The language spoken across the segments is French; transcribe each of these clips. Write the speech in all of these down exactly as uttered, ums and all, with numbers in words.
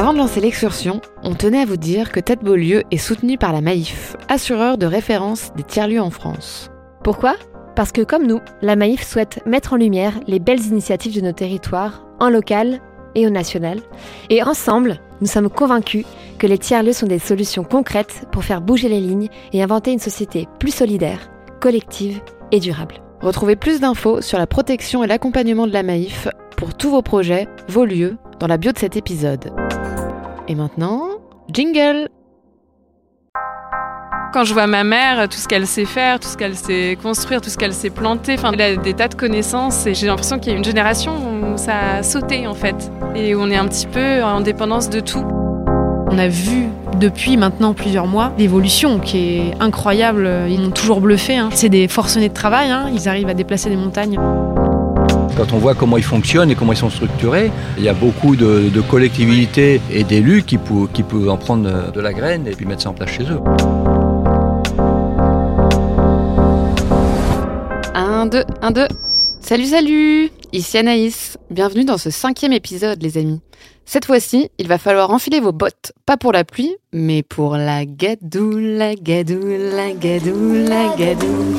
Avant de lancer l'excursion, on tenait à vous dire que Tête Beaulieu est soutenu par la Maïf, assureur de référence des tiers-lieux en France. Pourquoi ? Parce que comme nous, la Maïf souhaite mettre en lumière les belles initiatives de nos territoires, en local et au national. Et ensemble, nous sommes convaincus que les tiers-lieux sont des solutions concrètes pour faire bouger les lignes et inventer une société plus solidaire, collective et durable. Retrouvez plus d'infos sur la protection et l'accompagnement de la Maïf pour tous vos projets, vos lieux, dans la bio de cet épisode. Et maintenant, jingle! Quand je vois ma mère, tout ce qu'elle sait faire, tout ce qu'elle sait construire, tout ce qu'elle sait planter, enfin, elle a des tas de connaissances et j'ai l'impression qu'il y a une génération où ça a sauté en fait. Et où on est un petit peu en dépendance de tout. On a vu depuis maintenant plusieurs mois l'évolution qui est incroyable. Ils m'ont toujours bluffé. Hein. C'est des forcenés de travail, hein. Ils arrivent à déplacer des montagnes. Quand on voit comment ils fonctionnent et comment ils sont structurés, il y a beaucoup de, de collectivités et d'élus qui, pou- qui peuvent en prendre de la graine et puis mettre ça en place chez eux. Un, deux, un, deux. Salut, salut! Ici Anaïs. Bienvenue dans ce cinquième épisode, les amis. Cette fois-ci, il va falloir enfiler vos bottes, pas pour la pluie, mais pour la gadou, la gadou, la gadou, la gadou.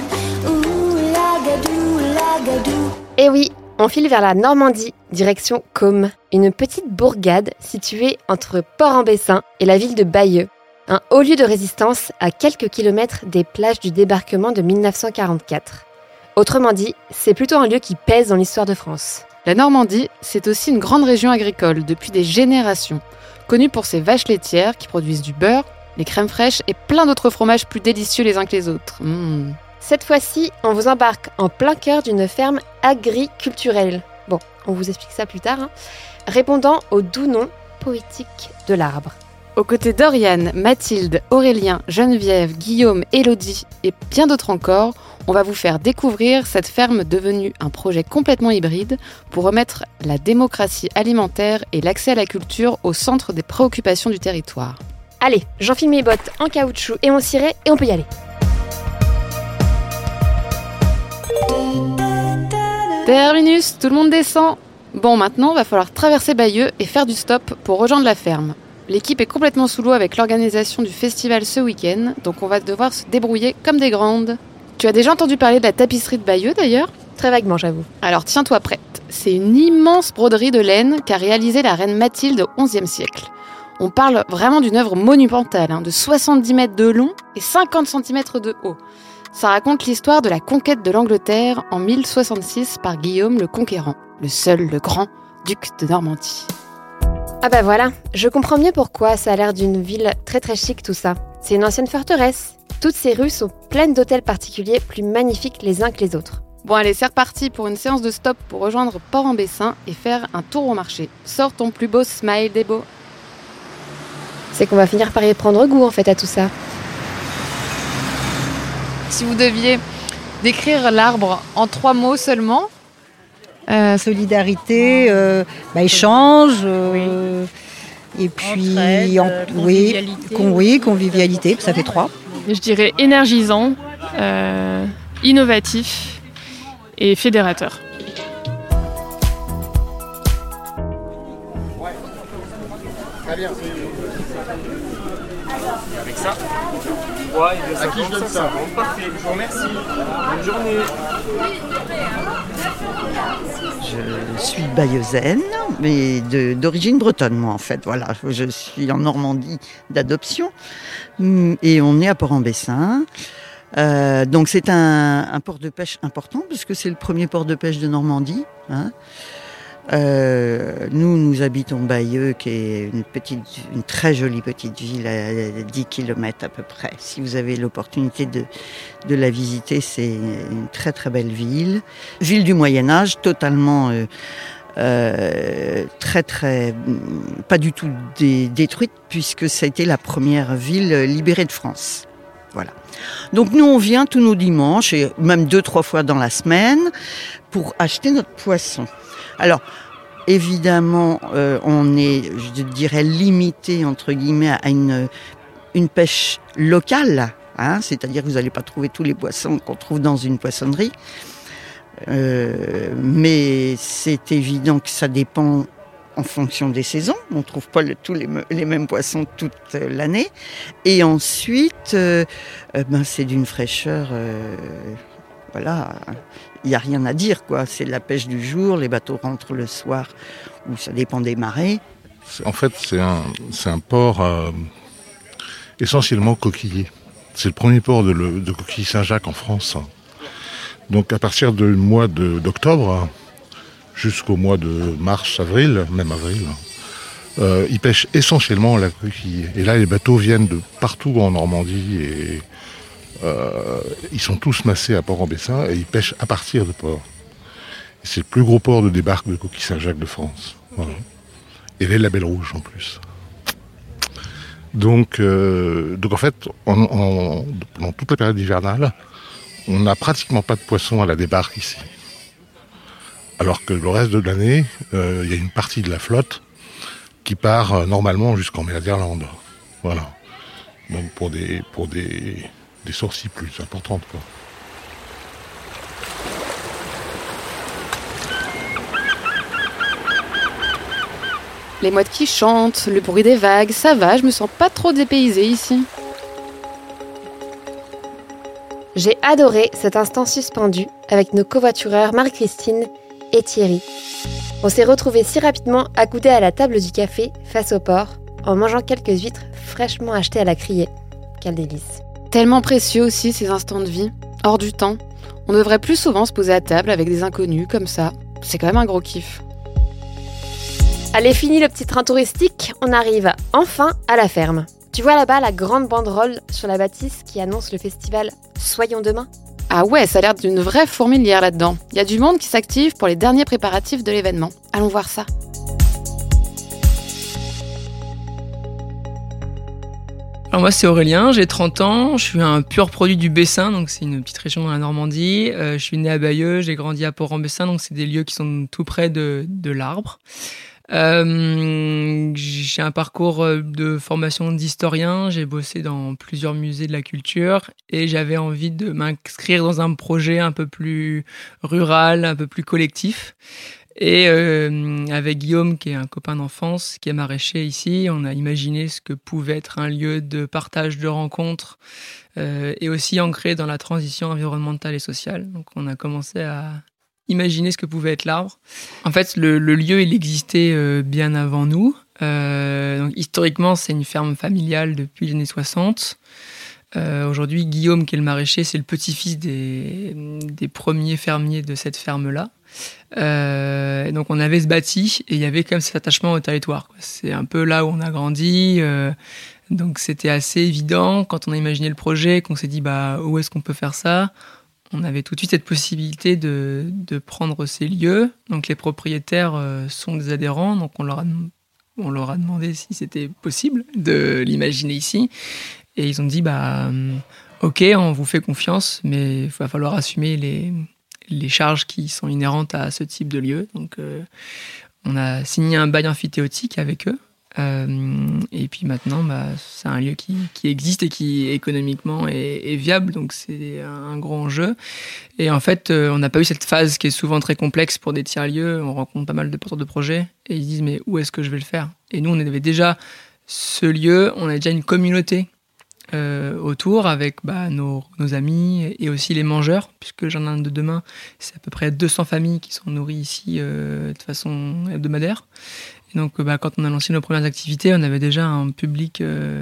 Et oui, on file vers la Normandie, direction Côme, une petite bourgade située entre Port-en-Bessin et la ville de Bayeux. Un haut lieu de résistance à quelques kilomètres des plages du débarquement de dix-neuf cent quarante-quatre. Autrement dit, c'est plutôt un lieu qui pèse dans l'histoire de France. La Normandie, c'est aussi une grande région agricole depuis des générations, connue pour ses vaches laitières qui produisent du beurre, les crèmes fraîches et plein d'autres fromages plus délicieux les uns que les autres. Mmh. Cette fois-ci, on vous embarque en plein cœur d'une ferme agriculturelle. Bon, on vous explique ça plus tard, hein. Répondant au doux nom poétique de l'arbre. Aux côtés d'Oriane, Mathilde, Aurélien, Geneviève, Guillaume, Élodie et bien d'autres encore, on va vous faire découvrir cette ferme devenue un projet complètement hybride pour remettre la démocratie alimentaire et l'accès à la culture au centre des préoccupations du territoire. Allez, j'enfile mes bottes en caoutchouc et mon ciré et on peut y aller. Terminus, tout le monde descend. Bon, maintenant, va falloir traverser Bayeux et faire du stop pour rejoindre la ferme. L'équipe est complètement sous l'eau avec l'organisation du festival ce week-end, donc on va devoir se débrouiller comme des grandes. Tu as déjà entendu parler de la tapisserie de Bayeux d'ailleurs ? Très vaguement, j'avoue. Alors tiens-toi prête. C'est une immense broderie de laine qu'a réalisée la reine Mathilde au onzième siècle. On parle vraiment d'une œuvre monumentale, hein, de soixante-dix mètres de long et cinquante centimètres de haut. Ça raconte l'histoire de la conquête de l'Angleterre en mille soixante-six par Guillaume le Conquérant, le seul, le grand duc de Normandie. Ah bah voilà, je comprends mieux pourquoi ça a l'air d'une ville très très chic tout ça. C'est une ancienne forteresse. Toutes ces rues sont pleines d'hôtels particuliers plus magnifiques les uns que les autres. Bon allez, c'est reparti pour une séance de stop pour rejoindre Port-en-Bessin et faire un tour au marché. Sors ton plus beau smile des beaux. C'est qu'on va finir par y prendre goût en fait à tout ça. Si vous deviez décrire l'arbre en trois mots seulement. Euh, solidarité, euh, bah, échange, euh, oui. Et puis entraide, en, convivialité. Oui, con, oui, convivialité, ça fait trois. Je dirais énergisant, euh, innovatif et fédérateur. Très bien. Avec ça, trois et deux cinquante, ça va. Parfait, je vous remercie. Bonne journée. Je suis bayeuxaine, mais de, d'origine bretonne, moi, en fait. Voilà, je suis en Normandie d'adoption et on est à Port-en-Bessin. Euh, donc c'est un, un port de pêche important puisque c'est le premier port de pêche de Normandie. Hein. Euh, nous, nous habitons Bayeux, qui est une petite, une très jolie petite ville à dix kilomètres à peu près. Si vous avez l'opportunité de, de la visiter, c'est une très très belle ville. Ville du Moyen-Âge, totalement euh, euh, très très, pas du tout dé, détruite, puisque ça a été la première ville libérée de France. Voilà. Donc nous, on vient tous nos dimanches, et même deux, trois fois dans la semaine, pour acheter notre poisson. Alors, évidemment, euh, on est, je dirais, limité, entre guillemets, à une, une pêche locale, hein, c'est-à-dire que vous n'allez pas trouver tous les poissons qu'on trouve dans une poissonnerie. Euh, mais c'est évident que ça dépend en fonction des saisons. On ne trouve pas le, tous les, les mêmes poissons toute l'année. Et ensuite, euh, euh, ben, c'est d'une fraîcheur... Euh, voilà, il n'y a rien à dire, quoi. C'est la pêche du jour, les bateaux rentrent le soir, ou ça dépend des marées. En fait, c'est un, c'est un port euh, essentiellement coquillier. C'est le premier port de, le, de coquille Saint-Jacques en France. Donc à partir du mois de, d'octobre jusqu'au mois de mars, avril, même avril, euh, ils pêchent essentiellement la coquille. Et là, les bateaux viennent de partout en Normandie et euh, ils sont tous massés à Port-en-Bessin et ils pêchent à partir de port. Et c'est le plus gros port de débarque de coquille Saint-Jacques de France. Voilà. Et les labels rouges en plus. Donc, euh, donc en fait, en, en, pendant toute la période hivernale, on n'a pratiquement pas de poissons à la débarque ici. Alors que le reste de l'année, euh, il y a une partie de la flotte qui part euh, normalement jusqu'en mer d'Irlande. Voilà. Donc pour des, pour des, des sourcies plus importantes, quoi. Les mouettes qui chantent, le bruit des vagues, ça va, je me sens pas trop dépaysée ici. J'ai adoré cet instant suspendu avec nos covoitureurs Marie-Christine et Thierry. On s'est retrouvés si rapidement accoudés à la table du café face au port, en mangeant quelques huîtres fraîchement achetées à la criée. Quel délice. Tellement précieux aussi ces instants de vie, hors du temps. On devrait plus souvent se poser à table avec des inconnus comme ça. C'est quand même un gros kiff. Allez, fini le petit train touristique, on arrive enfin à la ferme. Tu vois là-bas la grande banderole sur la bâtisse qui annonce le festival Soyons demain ? Ah ouais, ça a l'air d'une vraie fourmilière là-dedans. Il y a du monde qui s'active pour les derniers préparatifs de l'événement. Allons voir ça. Alors moi c'est Aurélien, j'ai trente ans, je suis un pur produit du Bessin, donc c'est une petite région dans la Normandie. Euh, je suis né à Bayeux, j'ai grandi à Port-en-Bessin, donc c'est des lieux qui sont tout près de, de l'Arbre. Euh, j'ai un parcours de formation d'historien, j'ai bossé dans plusieurs musées de la culture et j'avais envie de m'inscrire dans un projet un peu plus rural, un peu plus collectif. Et euh, avec Guillaume, qui est un copain d'enfance, qui est maraîcher ici, on a imaginé ce que pouvait être un lieu de partage, de rencontres euh, et aussi ancré dans la transition environnementale et sociale. Donc on a commencé à imaginer ce que pouvait être l'Arbre. En fait, le, le lieu, il existait euh, bien avant nous. Euh, donc, historiquement, c'est une ferme familiale depuis les années soixante. Euh, aujourd'hui, Guillaume, qui est le maraîcher, c'est le petit-fils des, des premiers fermiers de cette ferme-là. Euh, donc, on avait ce bâti et il y avait quand même cet attachement au territoire, quoi. C'est un peu là où on a grandi. Euh, donc, c'était assez évident quand on a imaginé le projet, qu'on s'est dit bah, où est-ce qu'on peut faire ça ? On avait tout de suite cette possibilité de, de prendre ces lieux. Donc les propriétaires euh, sont des adhérents, donc on leur, a, on leur a demandé si c'était possible de l'imaginer ici. Et ils ont dit, bah, ok, on vous fait confiance, mais il va falloir assumer les, les charges qui sont inhérentes à ce type de lieu. Donc euh, on a signé un bail amphithéotique avec eux. Euh, et puis maintenant, bah, c'est un lieu qui, qui existe et qui économiquement est, est viable, donc c'est un gros enjeu. Et en fait, euh, on n'a pas eu cette phase qui est souvent très complexe pour des tiers-lieux. On rencontre pas mal de porteurs de projets et ils se disent mais où est-ce que je vais le faire ? Et nous, on avait déjà ce lieu, on a déjà une communauté euh, autour avec bah, nos, nos amis et aussi les mangeurs, puisque le jardin de demain, c'est à peu près deux cents familles qui sont nourries ici euh, de façon hebdomadaire. Et donc, bah, quand on a lancé nos premières activités, on avait déjà un public euh,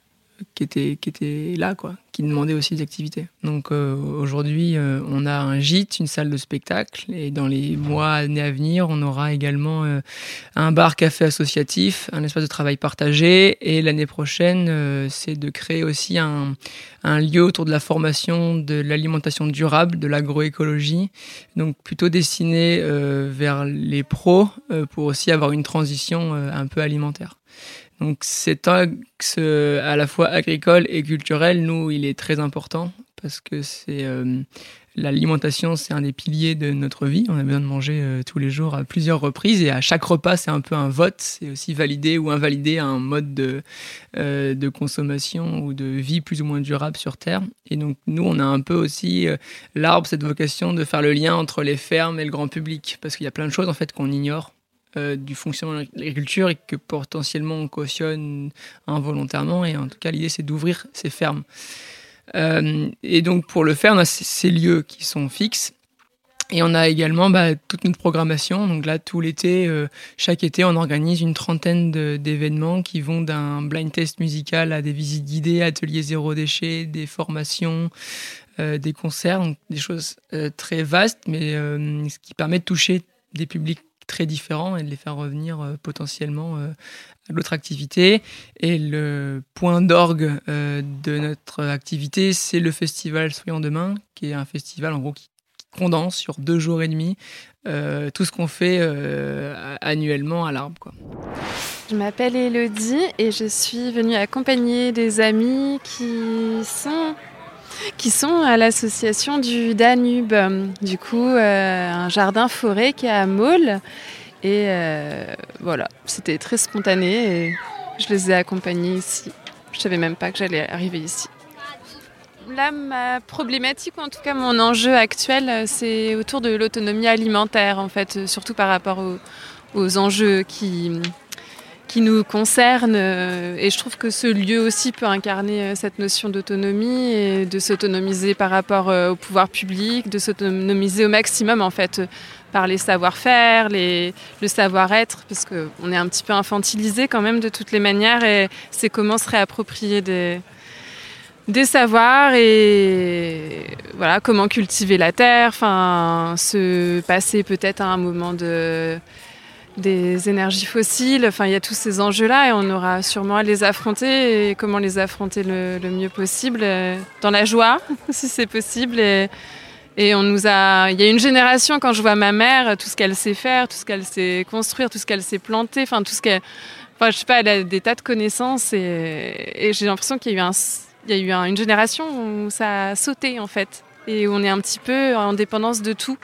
qui était, qui était là, quoi, qui demandait aussi des activités. Donc, euh, aujourd'hui, euh, on a un gîte, une salle de spectacle, et dans les mois, années à venir, on aura également euh, un bar-café associatif, un espace de travail partagé, et l'année prochaine, euh, c'est de créer aussi un, un lieu autour de la formation de l'alimentation durable, de l'agroécologie, donc plutôt destiné euh, vers les pros euh, pour aussi avoir une transition euh, un peu alimentaire. Donc cet axe à la fois agricole et culturel, nous, il est très important parce que c'est euh, l'alimentation, c'est un des piliers de notre vie. On a besoin de manger euh, tous les jours à plusieurs reprises et à chaque repas, c'est un peu un vote. C'est aussi valider ou invalider un mode de, euh, de consommation ou de vie plus ou moins durable sur Terre. Et donc nous, on a un peu aussi euh, l'Arbre, cette vocation de faire le lien entre les fermes et le grand public parce qu'il y a plein de choses en fait qu'on ignore. euh, du fonctionnement de l'agriculture et que potentiellement on cautionne involontairement. Et en tout cas, l'idée, c'est d'ouvrir ces fermes. Euh, et donc, pour le faire, on a ces, ces lieux qui sont fixes. Et on a également bah, toute notre programmation. Donc là, tout l'été, euh, chaque été, on organise une trentaine de, d'événements qui vont d'un blind test musical à des visites guidées, ateliers zéro déchet, des formations, euh, des concerts, donc des choses euh, très vastes, mais euh, ce qui permet de toucher des publics très différents et de les faire revenir euh, potentiellement euh, à l'autre activité. Et le point d'orgue euh, de notre activité, c'est le festival Soyons Demain, qui est un festival en gros qui condense sur deux jours et demi euh, tout ce qu'on fait euh, annuellement à l'Arbre, quoi. Je m'appelle Élodie et je suis venue accompagner des amis qui sont, qui sont à l'association du Danube. Du coup, euh, un jardin-forêt qui est à Maule. Et euh, voilà, c'était très spontané et je les ai accompagnés ici. Je ne savais même pas que j'allais arriver ici. Là, ma problématique, ou en tout cas mon enjeu actuel, c'est autour de l'autonomie alimentaire, en fait, surtout par rapport aux, aux enjeux qui, qui nous concernent. Et je trouve que ce lieu aussi peut incarner cette notion d'autonomie et de s'autonomiser par rapport au pouvoir public, de s'autonomiser au maximum, en fait, par les savoir-faire, les, le savoir-être, parce qu'on est un petit peu infantilisé quand même de toutes les manières, et c'est comment se réapproprier des... des savoirs et voilà, comment cultiver la terre, enfin, se passer peut-être à un moment de, des énergies fossiles. Enfin, il y a tous ces enjeux-là et on aura sûrement à les affronter et comment les affronter le, le mieux possible, dans la joie, si c'est possible. Et, et on nous a, il y a une génération, quand je vois ma mère, tout ce qu'elle sait faire, tout ce qu'elle sait construire, tout ce qu'elle sait planter, enfin, tout ce qu'elle, enfin, je sais pas, elle a des tas de connaissances et, et j'ai l'impression qu'il y a eu un Il y a eu un, une génération où ça a sauté, en fait, et où on est un petit peu en dépendance de tout.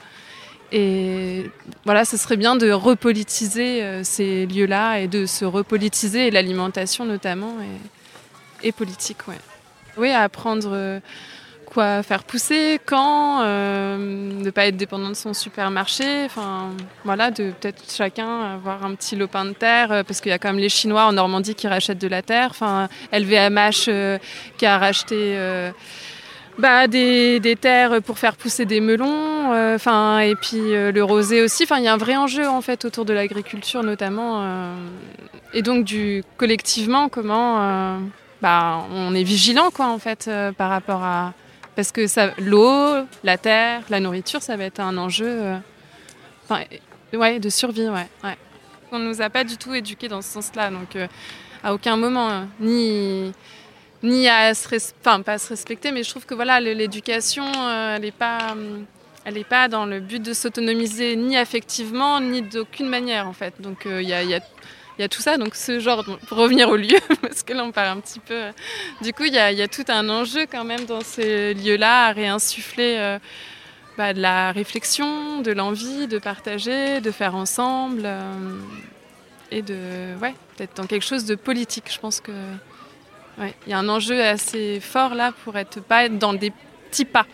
Et voilà, ce serait bien de repolitiser euh, ces lieux-là et de se repolitiser, et l'alimentation notamment est, est politique, ouais. Oui, apprendre euh, quoi faire pousser, quand, euh, ne pas être dépendant de son supermarché, enfin voilà, de peut-être chacun avoir un petit lopin de terre, euh, parce qu'il y a quand même les Chinois en Normandie qui rachètent de la terre, enfin L V M H euh, qui a racheté euh, bah, des, des terres pour faire pousser des melons, enfin euh, et puis euh, le rosé aussi, enfin il y a un vrai enjeu en fait autour de l'agriculture notamment, euh, et donc du collectivement comment euh, bah, on est vigilant quoi en fait euh, par rapport à parce que ça, l'eau, la terre, la nourriture, ça va être un enjeu euh, enfin, ouais, de survie. Ouais, ouais. On ne nous a pas du tout éduqués dans ce sens-là. Donc, euh, à aucun moment, hein, ni, ni à se, res- enfin, pas à se respecter, mais je trouve que voilà, l'éducation, euh, elle n'est pas, elle est pas dans le but de s'autonomiser ni affectivement, ni d'aucune manière, en fait. Donc, il euh, y a, y a Il y a tout ça, donc ce genre, pour revenir au lieu, parce que là on parle un petit peu... Du coup, il y a, il y a tout un enjeu quand même dans ces lieux-là, à réinsuffler euh, bah, de la réflexion, de l'envie de partager, de faire ensemble, euh, et de, ouais, peut-être dans quelque chose de politique. Je pense que ouais, il y a un enjeu assez fort là pour être, pas être dans des petits pas.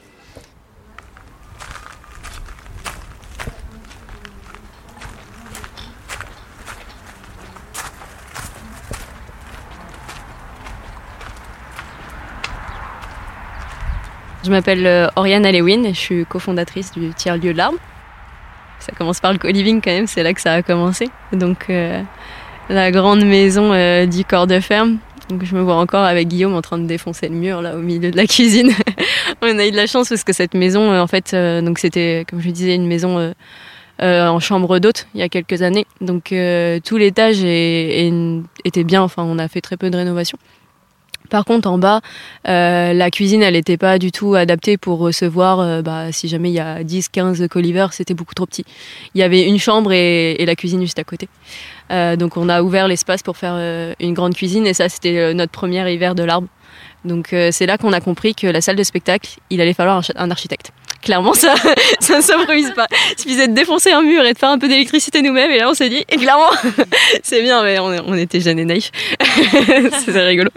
Je m'appelle Oriane Alewin et je suis cofondatrice du tiers-lieu de l'Arbre. Ça commence par le co-living quand même, c'est là que ça a commencé. Donc euh, la grande maison euh, du corps de ferme. Donc je me vois encore avec Guillaume en train de défoncer le mur là au milieu de la cuisine. On a eu de la chance parce que cette maison, euh, en fait, euh, donc c'était, comme je disais, une maison euh, euh, en chambre d'hôte il y a quelques années. Donc euh, tout l'étage est, est, était bien, enfin on a fait très peu de rénovation. Par contre, en bas, euh, la cuisine, elle n'était pas du tout adaptée pour recevoir, euh, bah, si jamais il y a dix quinze colivers, c'était beaucoup trop petit. Il y avait une chambre et, et la cuisine juste à côté. Euh, donc on a ouvert l'espace pour faire euh, une grande cuisine et ça, c'était euh, notre premier hiver de l'Arbre. Donc euh, c'est là qu'on a compris que la salle de spectacle, il allait falloir un, un architecte. Clairement, ça, ça ne s'improvise pas. Il suffisait de défoncer un mur et de faire un peu d'électricité nous-mêmes. Et là, on s'est dit, et clairement, c'est bien, mais on, on était jeunes et naïfs. C'était rigolo.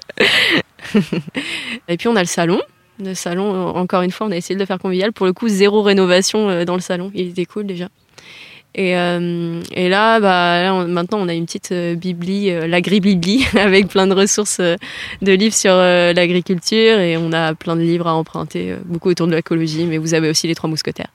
Et puis, on a le salon. Le salon, encore une fois, on a essayé de le faire convivial. Pour le coup, zéro rénovation dans le salon. Il était cool déjà. Et, euh, et là, bah, là on, maintenant, on a une petite euh, bibli, euh, l'agri-bibli, avec plein de ressources euh, de livres sur euh, l'agriculture. Et on a plein de livres à emprunter, euh, beaucoup autour de l'écologie. Mais vous avez aussi les Trois Mousquetaires.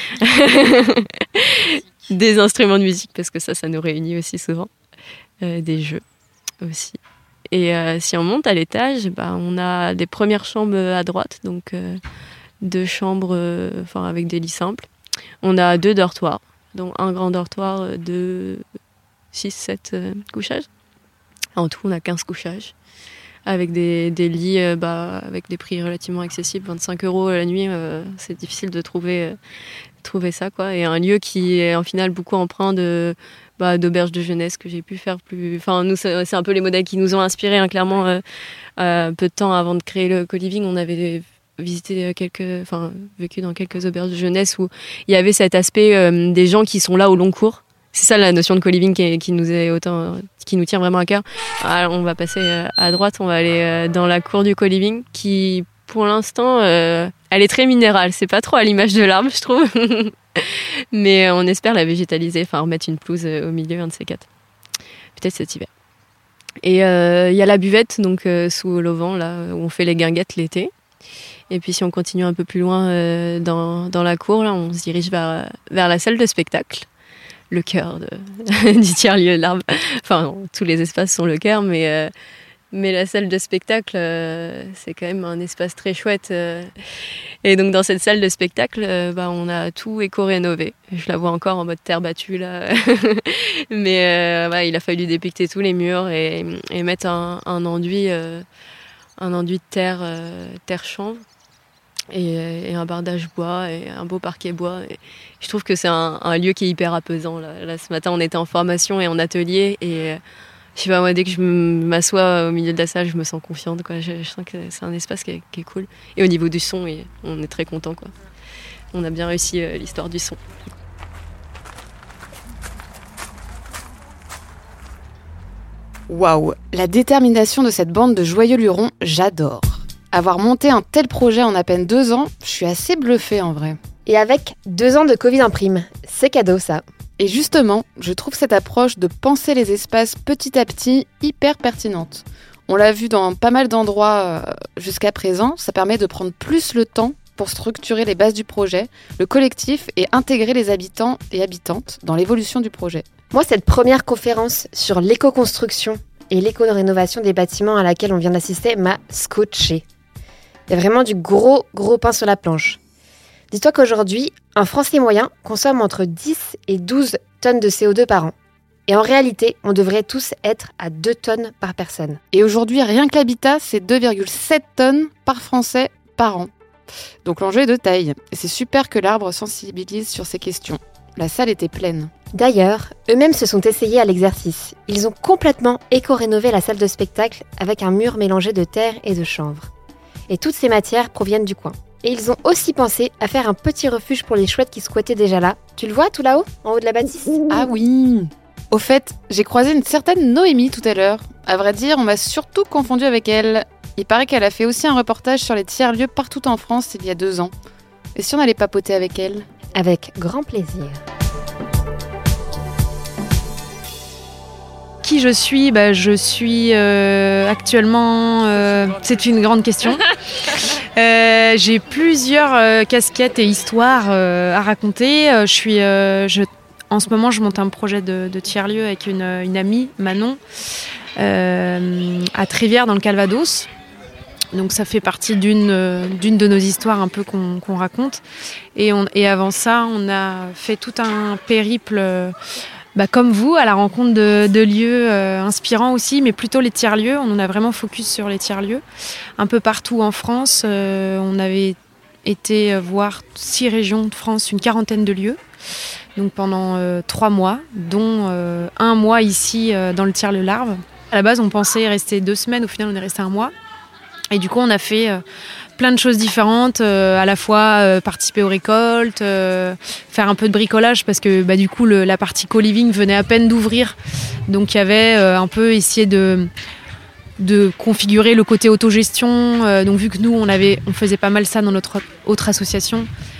Des instruments de musique, parce que ça, ça nous réunit aussi souvent. Euh, des jeux aussi. Et euh, si on monte à l'étage, bah, on a des premières chambres à droite. Donc, euh, deux chambres euh, enfin, avec des lits simples. On a deux dortoirs. Donc un grand dortoir de six sept euh, couchages. En tout, on a quinze couchages. Avec des, des lits euh, bah, avec des prix relativement accessibles. vingt-cinq euros la nuit, euh, c'est difficile de trouver, euh, trouver ça, quoi. Et un lieu qui est en final beaucoup empreint de, bah, d'auberge de jeunesse que j'ai pu faire plus... Enfin, nous, c'est, c'est un peu les modèles qui nous ont inspirés, hein, clairement. Euh, euh, peu de temps avant de créer le co-living, on avait... visité quelques, enfin vécu dans quelques auberges de jeunesse où il y avait cet aspect euh, des gens qui sont là au long cours. C'est ça la notion de co-living qui, qui nous est autant, qui nous tient vraiment à cœur. Alors, on va passer à droite, on va aller dans la cour du co-living qui, pour l'instant, euh, elle est très minérale. C'est pas trop à l'image de l'arbre, je trouve. Mais on espère la végétaliser, enfin remettre une pelouse au milieu, un de ces quatre. Peut-être cet hiver. Et il euh, y a la buvette, donc euh, sous l'auvent, là où on fait les guinguettes l'été. Et puis si on continue un peu plus loin euh, dans, dans la cour, là, on se dirige vers, vers la salle de spectacle, le cœur de, du tiers-lieu de l'Arbre. Enfin, non, tous les espaces sont le cœur, mais, euh, mais la salle de spectacle, euh, c'est quand même un espace très chouette. Euh. Et donc dans cette salle de spectacle, euh, bah, on a tout éco-rénové. Je la vois encore en mode terre battue, là. mais euh, bah, il a fallu dépicter tous les murs et, et mettre un, un enduit... Euh, un enduit de terre, euh, terre chanvre et, et un bardage bois et un beau parquet bois. Et je trouve que c'est un, un lieu qui est hyper apaisant. Là. Là, ce matin, on était en formation et en atelier et euh, je sais pas, moi, dès que je m'assois au milieu de la salle, je me sens confiante, quoi. Je, je sens que c'est un espace qui est, qui est cool. Et au niveau du son, et on est très content, quoi. On a bien réussi euh, l'histoire du son. Waouh, la détermination de cette bande de joyeux lurons, j'adore. Avoir monté un tel projet en à peine deux ans, je suis assez bluffée en vrai. Et avec deux ans de Covid en prime, c'est cadeau ça. Et justement, je trouve cette approche de penser les espaces petit à petit hyper pertinente. On l'a vu dans pas mal d'endroits euh, jusqu'à présent, ça permet de prendre plus le temps pour structurer les bases du projet, le collectif et intégrer les habitants et habitantes dans l'évolution du projet. Moi, cette première conférence sur l'éco-construction et l'éco-rénovation des bâtiments à laquelle on vient d'assister m'a scotché. Il y a vraiment du gros, gros pain sur la planche. Dis-toi qu'aujourd'hui, un Français moyen consomme entre dix et douze tonnes de C O deux par an. Et en réalité, on devrait tous être à deux tonnes par personne. Et aujourd'hui, rien que l'habitat, c'est deux virgule sept tonnes par Français par an. Donc l'enjeu est de taille. Et c'est super que l'Arbre sensibilise sur ces questions. La salle était pleine. D'ailleurs, eux-mêmes se sont essayés à l'exercice. Ils ont complètement éco-rénové la salle de spectacle avec un mur mélangé de terre et de chanvre. Et toutes ces matières proviennent du coin. Et ils ont aussi pensé à faire un petit refuge pour les chouettes qui squattaient déjà là. Tu le vois tout là-haut, en haut de la bâtisse ? Ah oui ! Au fait, j'ai croisé une certaine Noémie tout à l'heure. À vrai dire, on m'a surtout confondue avec elle. Il paraît qu'elle a fait aussi un reportage sur les tiers-lieux partout en France il y a deux ans. Et si on allait papoter avec elle ? Avec grand plaisir. Qui je suis ? bah, Je suis euh, actuellement... Euh, c'est une grande question. euh, j'ai plusieurs euh, casquettes et histoires euh, à raconter. Euh, je suis, euh, je, en ce moment, je monte un projet de, de tiers-lieu avec une, une amie, Manon, euh, à Trévières, dans le Calvados. Donc ça fait partie d'une, euh, d'une de nos histoires un peu qu'on, qu'on raconte. Et, on, et avant ça, on a fait tout un périple... Euh, Bah, comme vous, à la rencontre de, de lieux euh, inspirants aussi, mais plutôt les tiers-lieux. On en a vraiment focus sur les tiers-lieux. Un peu partout en France, euh, on avait été voir six régions de France, une quarantaine de lieux, donc pendant euh, trois mois, dont euh, un mois ici euh, dans le tiers-lieu l'Arbre. À la base, on pensait rester deux semaines, au final, on est resté un mois. Et du coup, on a fait euh, plein de choses différentes, euh, à la fois euh, participer aux récoltes, euh, faire un peu de bricolage, parce que bah, du coup, le, la partie co-living venait à peine d'ouvrir. Donc, il y avait euh, un peu essayé de, de configurer le côté autogestion. Euh, donc, vu que nous, on, avait, on faisait pas mal ça dans notre autre association,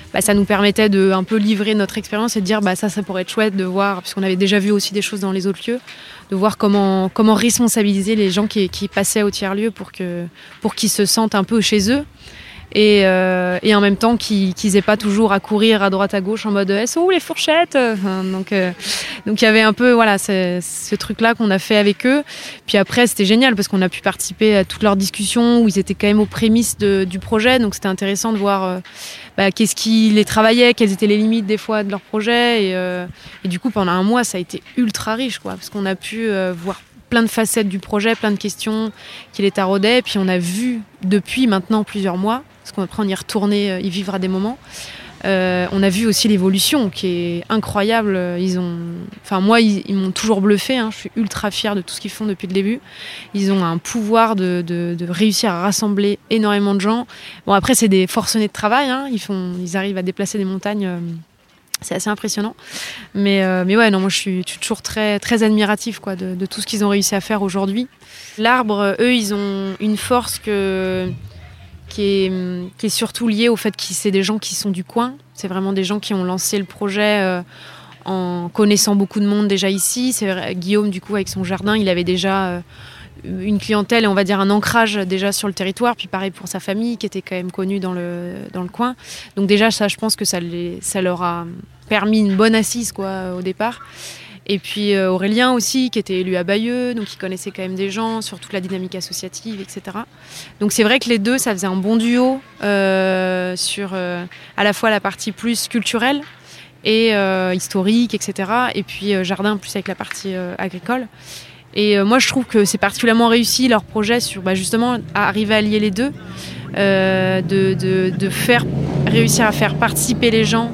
bah, ça nous permettait de un peu livrer notre expérience et de dire bah, ça, ça pourrait être chouette de voir, puisqu'on avait déjà vu aussi des choses dans les autres lieux, de voir comment, comment responsabiliser les gens qui, qui passaient au tiers-lieu pour, que, pour qu'ils se sentent un peu chez eux. Et, euh, et en même temps qu'ils n'aient pas toujours à courir à droite à gauche en mode « oh les fourchettes !» Donc euh, donc il y avait un peu voilà, ce, ce truc-là qu'on a fait avec eux. Puis après, c'était génial parce qu'on a pu participer à toutes leurs discussions où ils étaient quand même aux prémices de, du projet. Donc c'était intéressant de voir euh, bah, qu'est-ce qui les travaillait, quelles étaient les limites des fois de leur projet. Et, euh, et du coup, pendant un mois, ça a été ultra riche, quoi, parce qu'on a pu euh, voir plein de facettes du projet, plein de questions qui les taraudaient. Et puis on a vu depuis maintenant plusieurs mois, parce qu'après on y est retourné y vivre à des moments, euh, on a vu aussi l'évolution qui est incroyable. Ils ont, enfin moi ils, ils m'ont toujours bluffé, hein. Je suis ultra fière de tout ce qu'ils font depuis le début. Ils ont un pouvoir de, de, de réussir à rassembler énormément de gens. Bon après c'est des forcenés de travail, hein. ils, font, ils arrivent à déplacer des montagnes. Euh, C'est assez impressionnant. Mais, euh, mais ouais, non, moi je suis, je suis toujours très, très admirative quoi, de, de tout ce qu'ils ont réussi à faire aujourd'hui. L'Arbre, eux, ils ont une force que, qui, est, qui est surtout liée au fait que c'est des gens qui sont du coin. C'est vraiment des gens qui ont lancé le projet euh, en connaissant beaucoup de monde déjà ici. C'est vrai, Guillaume, du coup, avec son jardin, il avait déjà euh, une clientèle et on va dire un ancrage déjà sur le territoire. Puis pareil pour sa famille qui était quand même connue dans le, dans le coin. Donc déjà, ça, je pense que ça, les, ça leur a permis une bonne assise quoi, au départ. Et puis euh, Aurélien aussi, qui était élu à Bayeux, donc il connaissait quand même des gens sur toute la dynamique associative, et cetera. Donc c'est vrai que les deux, ça faisait un bon duo euh, sur euh, à la fois la partie plus culturelle et euh, historique, et cetera. Et puis euh, jardin plus avec la partie euh, agricole. Et euh, moi, je trouve que c'est particulièrement réussi leur projet sur bah, justement à arriver à lier les deux, euh, de, de, de faire réussir à faire participer les gens.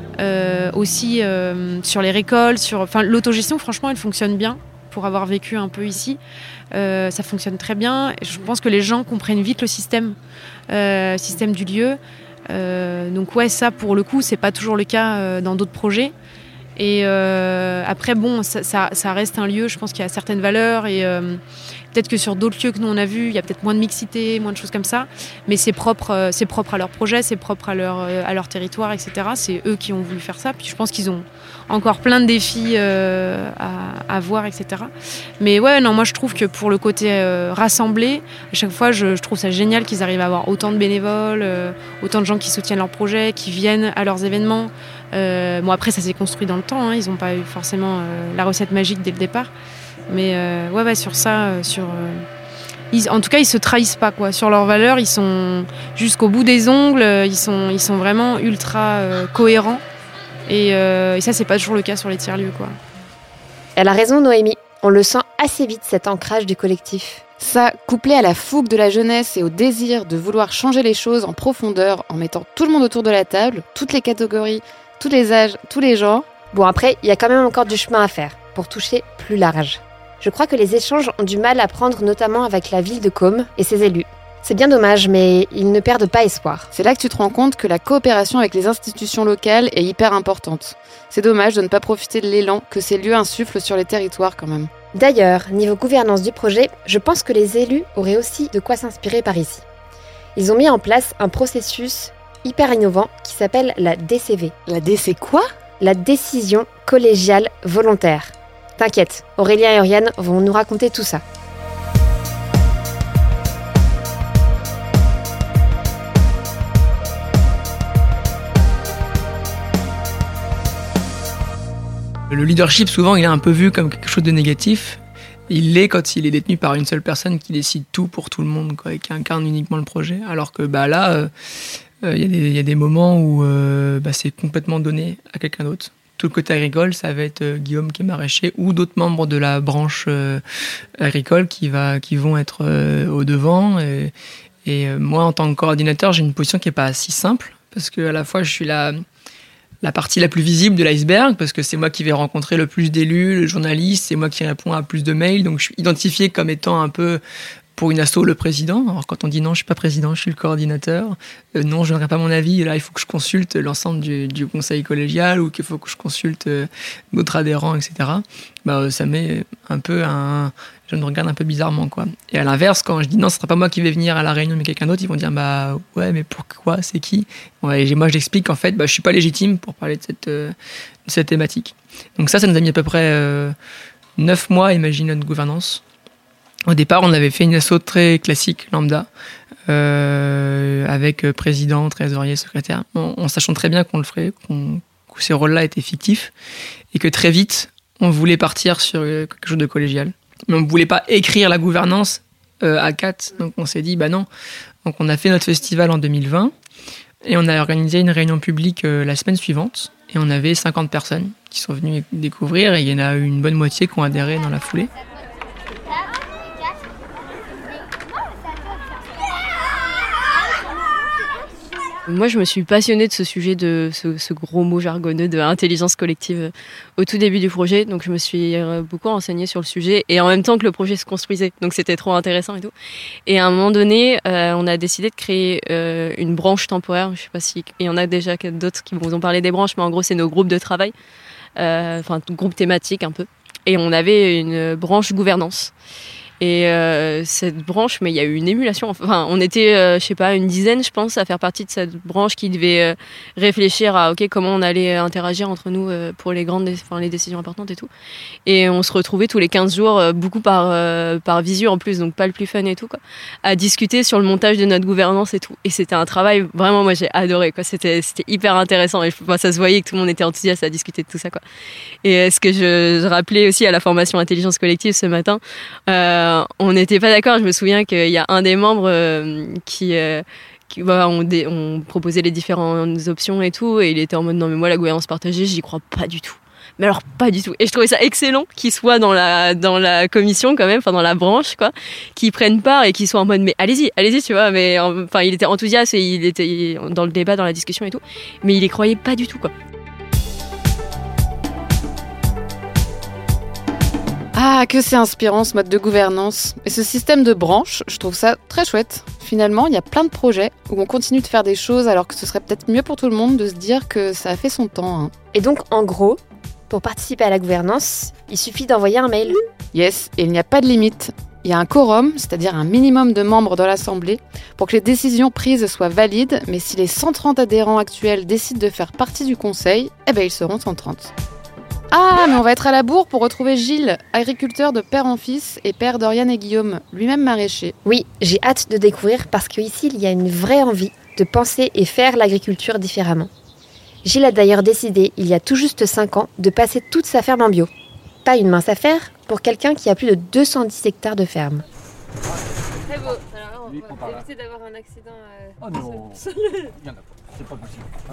Euh, aussi euh, sur les récoltes, sur, enfin, l'autogestion, franchement, elle fonctionne bien pour avoir vécu un peu ici. Euh, ça fonctionne très bien. Je pense que les gens comprennent vite le système, euh, système du lieu. Euh, donc ouais, ça, pour le coup, c'est pas toujours le cas euh, dans d'autres projets. Et euh, après, bon, ça, ça, ça reste un lieu, je pense qu'il y a certaines valeurs et euh, peut-être que sur d'autres lieux que nous on a vus, il y a peut-être moins de mixité, moins de choses comme ça, mais c'est propre, euh, c'est propre à leur projet, c'est propre à leur, euh, à leur territoire, et cetera. C'est eux qui ont voulu faire ça, puis je pense qu'ils ont encore plein de défis euh, à, à voir, et cetera. Mais ouais, non, moi je trouve que pour le côté euh, rassemblé, à chaque fois je, je trouve ça génial qu'ils arrivent à avoir autant de bénévoles, euh, autant de gens qui soutiennent leur projet, qui viennent à leurs événements. Euh, bon après ça s'est construit dans le temps, hein, ils n'ont pas eu forcément euh, la recette magique dès le départ, mais euh, ouais, ouais sur ça, euh, sur, euh, ils, en tout cas ils se trahissent pas quoi, sur leurs valeurs ils sont jusqu'au bout des ongles, ils sont, ils sont vraiment ultra euh, cohérents et, euh, et ça c'est pas toujours le cas sur les tiers-lieux quoi. Elle a raison Noémie, on le sent assez vite cet ancrage du collectif. Ça, couplé à la fougue de la jeunesse et au désir de vouloir changer les choses en profondeur en mettant tout le monde autour de la table, toutes les catégories, tous les âges, tous les genres. Bon après, il y a quand même encore du chemin à faire pour toucher plus large. Je crois que les échanges ont du mal à prendre notamment avec la ville de Côme et ses élus. C'est bien dommage, mais ils ne perdent pas espoir. C'est là que tu te rends compte que la coopération avec les institutions locales est hyper importante. C'est dommage de ne pas profiter de l'élan que ces lieux insufflent sur les territoires quand même. D'ailleurs, niveau gouvernance du projet, je pense que les élus auraient aussi de quoi s'inspirer par ici. Ils ont mis en place un processus hyper innovant qui s'appelle la D C V. La D C quoi ? La décision collégiale volontaire. T'inquiète, Aurélien et Oriane vont nous raconter tout ça. Le leadership, souvent, il est un peu vu comme quelque chose de négatif. Il l'est quand il est détenu par une seule personne qui décide tout pour tout le monde, quoi, et qui incarne uniquement le projet. Alors que bah, là, il euh, euh, y, y a des moments où euh, bah, c'est complètement donné à quelqu'un d'autre. Tout le côté agricole, ça va être euh, Guillaume qui est maraîcher ou d'autres membres de la branche euh, agricole qui, va, qui vont être euh, au devant. Et, et euh, moi, en tant que coordinateur, j'ai une position qui n'est pas si simple parce qu'à la fois, je suis la... la partie la plus visible de l'iceberg, parce que c'est moi qui vais rencontrer le plus d'élus, le journaliste, c'est moi qui réponds à plus de mails, donc je suis identifié comme étant un peu pour une asso, le président. Alors quand on dit non, je suis pas président, je suis le coordinateur. Euh, non, je donnerai pas mon avis. Là, il faut que je consulte l'ensemble du, du conseil collégial ou qu'il faut que je consulte euh, d'autres adhérents, et cetera. Bah, euh, ça met un peu un... Je me regarde un peu bizarrement, quoi. Et à l'inverse, quand je dis non, ce sera pas moi qui vais venir à la réunion, mais quelqu'un d'autre, ils vont dire bah ouais, mais pourquoi, c'est qui? Ouais, et moi, je l'explique qu'en fait, bah, je suis pas légitime pour parler de cette, euh, de cette thématique. Donc ça, ça nous a mis à peu près euh, neuf mois à imaginer notre gouvernance. Au départ, on avait fait une asso très classique, lambda, euh, avec président, trésorier, secrétaire, en, en sachant très bien qu'on le ferait, qu'on, que ces rôles-là étaient fictifs, et que très vite, on voulait partir sur quelque chose de collégial. Mais on ne voulait pas écrire la gouvernance euh, à quatre, donc on s'est dit, bah non. Donc on a fait notre festival en deux mille vingt, et on a organisé une réunion publique euh, la semaine suivante, et on avait cinquante personnes qui sont venues découvrir, et il y en a eu une bonne moitié qui ont adhéré dans la foulée. Moi, je me suis passionnée de ce sujet, de ce, ce gros mot jargonneux de intelligence collective au tout début du projet. Donc, je me suis beaucoup renseignée sur le sujet et en même temps que le projet se construisait. Donc, c'était trop intéressant et tout. Et à un moment donné, euh, on a décidé de créer euh, une branche temporaire. Je sais pas si il y en a déjà d'autres qui vous ont parlé des branches, mais en gros, c'est nos groupes de travail, euh, enfin, groupes thématiques un peu. Et on avait une branche gouvernance. Et euh, cette branche, mais il y a eu une émulation. Enfin, on était, euh, je sais pas, une dizaine, je pense, à faire partie de cette branche qui devait euh, réfléchir à, ok, comment on allait interagir entre nous euh, pour les grandes, enfin, les décisions importantes et tout. Et on se retrouvait tous les quinze jours, euh, beaucoup par euh, par visio en plus, donc pas le plus fun et tout, quoi, à discuter sur le montage de notre gouvernance et tout. Et c'était un travail vraiment, moi j'ai adoré, quoi. C'était c'était hyper intéressant et enfin, ça se voyait que tout le monde était enthousiaste à discuter de tout ça, quoi. Et euh, ce que je, je rappelais aussi à la formation intelligence collective ce matin. Euh, on n'était pas d'accord. Je me souviens qu'il y a un des membres euh, qui, euh, qui bah, on, dé, on proposait les différentes options et tout, et il était en mode non mais moi la gouvernance partagée, j'y crois pas du tout. Mais alors pas du tout. Et je trouvais ça excellent qu'il soit dans la dans la commission quand même, enfin dans la branche quoi, qu'ils prennent part et qu'ils soient en mode mais allez-y, allez-y tu vois. Mais enfin il était enthousiaste et il était dans le débat, dans la discussion et tout, mais il y croyait pas du tout quoi. Ah, que c'est inspirant ce mode de gouvernance. Et ce système de branches, je trouve ça très chouette. Finalement, il y a plein de projets où on continue de faire des choses alors que ce serait peut-être mieux pour tout le monde de se dire que ça a fait son temps. Hein. Et donc, en gros, pour participer à la gouvernance, il suffit d'envoyer un mail. Yes, et il n'y a pas de limite. Il y a un quorum, c'est-à-dire un minimum de membres dans l'Assemblée, pour que les décisions prises soient valides, mais si les cent trente adhérents actuels décident de faire partie du conseil, eh ben ils seront cent trente. Ah, mais on va être à la bourre pour retrouver Gilles, agriculteur de père en fils et père d'Oriane et Guillaume, lui-même maraîcher. Oui, j'ai hâte de découvrir parce qu'ici, il y a une vraie envie de penser et faire l'agriculture différemment. Gilles a d'ailleurs décidé, il y a tout juste cinq ans, de passer toute sa ferme en bio. Pas une mince affaire pour quelqu'un qui a plus de deux cent dix hectares de ferme. Très beau. Alors, on va éviter d'avoir un accident. Euh, oh non, il y en a pas. C'est pas possible. Ah.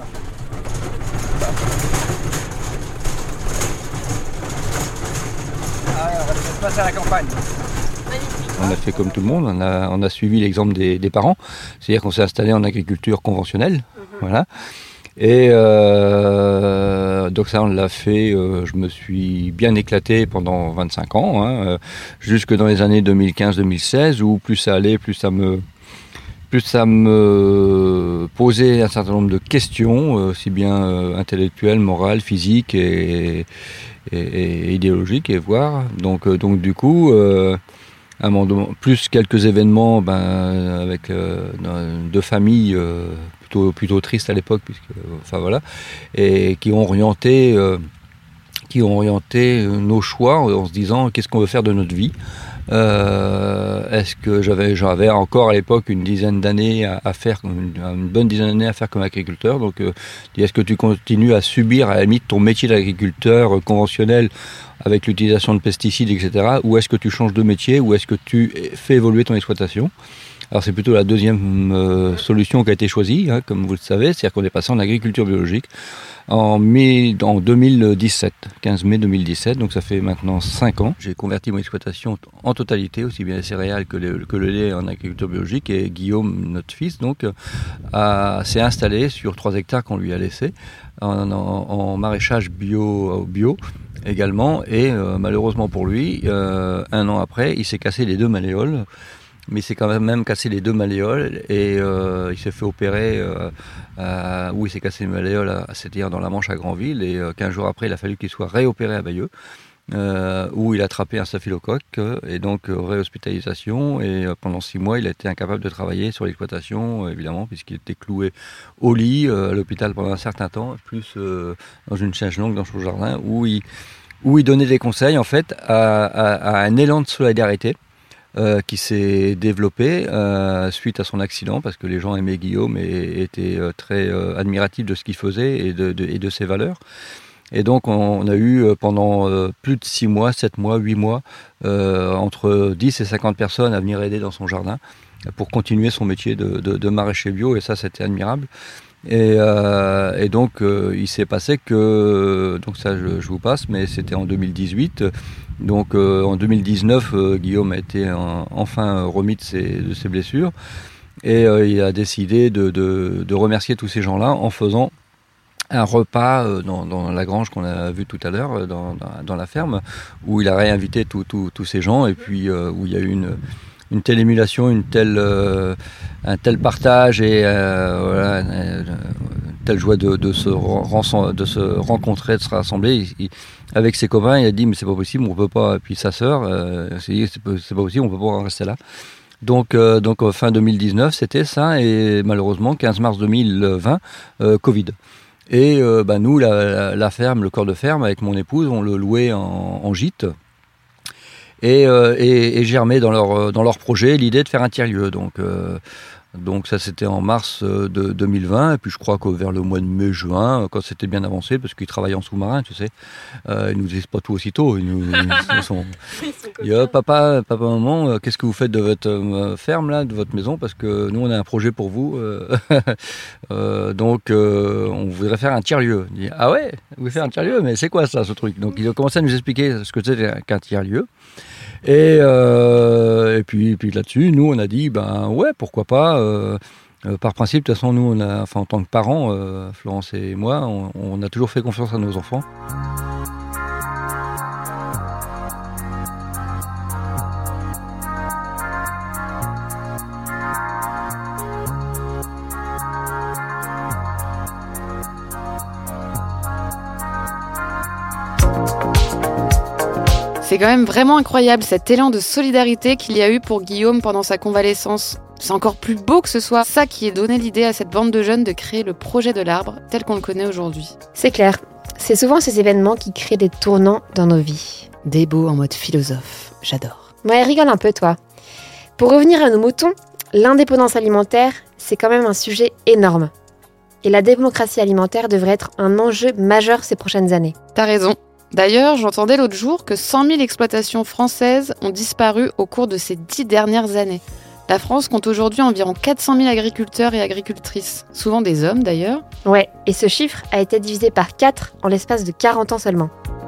Ah, on va peut-être passer à la campagne. On a fait comme tout le monde, on a, on a suivi l'exemple des, des parents, c'est-à-dire qu'on s'est installé en agriculture conventionnelle, mm-hmm. Voilà. Et euh, donc ça on l'a fait, euh, je me suis bien éclaté pendant vingt-cinq ans, hein, euh, jusque dans les années deux mille quinze deux mille seize, où plus ça allait, plus ça me... plus ça me posait un certain nombre de questions, euh, aussi bien euh, intellectuelles, morales, physiques et, et, et idéologiques, et voir. Donc, euh, donc du coup, euh, un moment, plus quelques événements ben, avec euh, deux familles euh, plutôt, plutôt tristes à l'époque, puisque, enfin voilà, et qui ont orienté, euh, qui ont orienté nos choix en, en se disant qu'est-ce qu'on veut faire de notre vie. Euh, est-ce que j'avais, j'avais encore à l'époque une dizaine d'années à, à faire, une, une bonne dizaine d'années à faire comme agriculteur. Donc, euh, est-ce que tu continues à subir à la limite ton métier d'agriculteur euh, conventionnel avec l'utilisation de pesticides, et cetera. Ou est-ce que tu changes de métier, ou est-ce que tu fais évoluer ton exploitation? Alors c'est plutôt la deuxième euh, solution qui a été choisie, hein, comme vous le savez, c'est-à-dire qu'on est passé en agriculture biologique en, mai, en deux mille dix-sept, quinze mai deux mille dix-sept, donc ça fait maintenant cinq ans. J'ai converti mon exploitation en totalité, aussi bien les céréales que le, que le lait, en agriculture biologique, et Guillaume, notre fils, donc, a, s'est installé sur trois hectares qu'on lui a laissés en, en, en maraîchage bio, bio également, et euh, malheureusement pour lui, euh, un an après, il s'est cassé les deux malléoles. mais il s'est quand même cassé les deux malléoles et euh, il s'est fait opérer euh, euh, où il s'est cassé les malléoles, c'est-à-dire dans la Manche à Granville, et euh, quinze jours après il a fallu qu'il soit réopéré à Bayeux, euh, où il a attrapé un staphylocoque et donc euh, réhospitalisation, et euh, pendant six mois il a été incapable de travailler sur l'exploitation, euh, évidemment, puisqu'il était cloué au lit euh, à l'hôpital pendant un certain temps, plus euh, dans une chaise longue dans son jardin, où il, où il donnait des conseils en fait à, à, à un élan de solidarité Euh, qui s'est développé euh, suite à son accident, parce que les gens aimaient Guillaume et étaient euh, très euh, admiratifs de ce qu'il faisait et de, de, et de ses valeurs. Et donc on, on a eu euh, pendant euh, plus de six mois, sept mois, huit mois, euh, entre dix et cinquante personnes à venir aider dans son jardin pour continuer son métier de, de, de maraîcher bio, et ça c'était admirable. Et, euh, et donc euh, il s'est passé que, donc ça je, je vous passe, mais c'était en deux mille dix-huit. Donc euh, en deux mille dix-neuf, euh, Guillaume a été en, enfin remis de ses, de ses blessures, et euh, il a décidé de, de, de remercier tous ces gens-là en faisant un repas euh, dans, dans la grange qu'on a vu tout à l'heure, dans, dans, dans la ferme, où il a réinvité tous tout, tout ces gens, et puis euh, où il y a eu une, une telle émulation, une telle, euh, un tel partage et euh, voilà, une telle joie de, de, se, de se rencontrer, de se rassembler. Il, il, avec ses copains, il a dit mais c'est pas possible, on peut pas. Et puis sa sœur, euh, s'est dit c'est pas, c'est pas possible, on peut pas en rester là. Donc, euh, donc fin deux mille dix-neuf, c'était ça, et malheureusement quinze mars deux mille vingt, euh, Covid. Et euh, bah, nous, la, la, la ferme, le corps de ferme, avec mon épouse, on le louait en, en gîte. Et, euh, et, et germait dans leur, dans leur projet l'idée de faire un tiers-lieu. Donc, euh, donc ça c'était en mars de deux mille vingt, et puis je crois que vers le mois de mai-juin, quand c'était bien avancé, parce qu'ils travaillent en sous-marin, tu sais, euh, ils nous disent pas tout aussitôt, ils nous ils, ils sont, ils disent, papa, papa, maman, qu'est-ce que vous faites de votre euh, ferme là, de votre maison, parce que nous on a un projet pour vous, euh, euh, donc euh, on voudrait faire un tiers-lieu. On dit, ah ouais, vous voulez faire un tiers-lieu, mais c'est quoi ça, ce truc? Donc ils ont commencé à nous expliquer ce que c'était qu'un tiers-lieu. Et, euh, et puis, et puis là-dessus, nous, on a dit, ben ouais, pourquoi pas. Euh, euh, par principe, de toute façon, nous, on a, enfin, en tant que parents, euh, Florence et moi, on, on a toujours fait confiance à nos enfants. C'est quand même vraiment incroyable cet élan de solidarité qu'il y a eu pour Guillaume pendant sa convalescence. C'est encore plus beau que ce soit ça qui ait donné l'idée à cette bande de jeunes de créer le projet de l'arbre tel qu'on le connaît aujourd'hui. C'est clair, c'est souvent ces événements qui créent des tournants dans nos vies. Des beaux en mode philosophe, j'adore. Ouais, rigole un peu toi. Pour revenir à nos moutons, l'indépendance alimentaire, c'est quand même un sujet énorme. Et la démocratie alimentaire devrait être un enjeu majeur ces prochaines années. T'as raison. D'ailleurs, j'entendais l'autre jour que cent mille exploitations françaises ont disparu au cours de ces dix dernières années. La France compte aujourd'hui environ quatre cent mille agriculteurs et agricultrices, souvent des hommes d'ailleurs. Ouais, et ce chiffre a été divisé par quatre en l'espace de quarante ans seulement.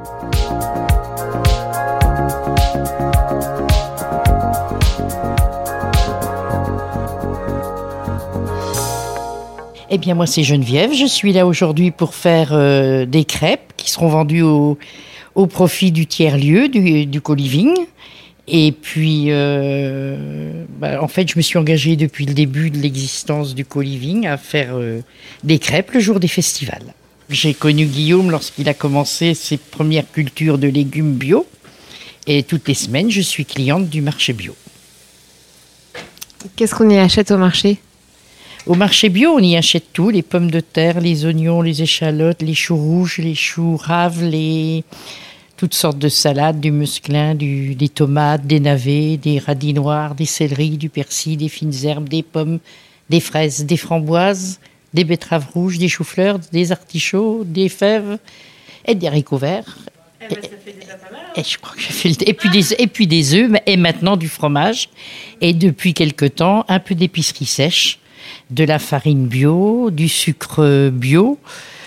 Eh bien, moi, c'est Geneviève. Je suis là aujourd'hui pour faire euh, des crêpes qui seront vendues au, au profit du tiers-lieu, du, du co-living. Et puis, euh, bah, en fait, je me suis engagée depuis le début de l'existence du co-living à faire euh, des crêpes le jour des festivals. J'ai connu Guillaume lorsqu'il a commencé ses premières cultures de légumes bio. Et toutes les semaines, je suis cliente du marché bio. Qu'est-ce qu'on y achète au marché ? Au marché bio, on y achète tout, les pommes de terre, les oignons, les échalotes, les choux rouges, les choux raves, les... toutes sortes de salades, du musclin, du... des tomates, des navets, des radis noirs, des céleris, du persil, des fines herbes, des pommes, des fraises, des framboises, des betteraves rouges, des choux-fleurs, des artichauts, des fèves et des haricots verts. Eh ben, ça fait déjà pas mal. Et je crois que j'ai fait le... et puis des et puis des œufs et maintenant du fromage et depuis quelque temps un peu d'épicerie sèche. De la farine bio, du sucre bio,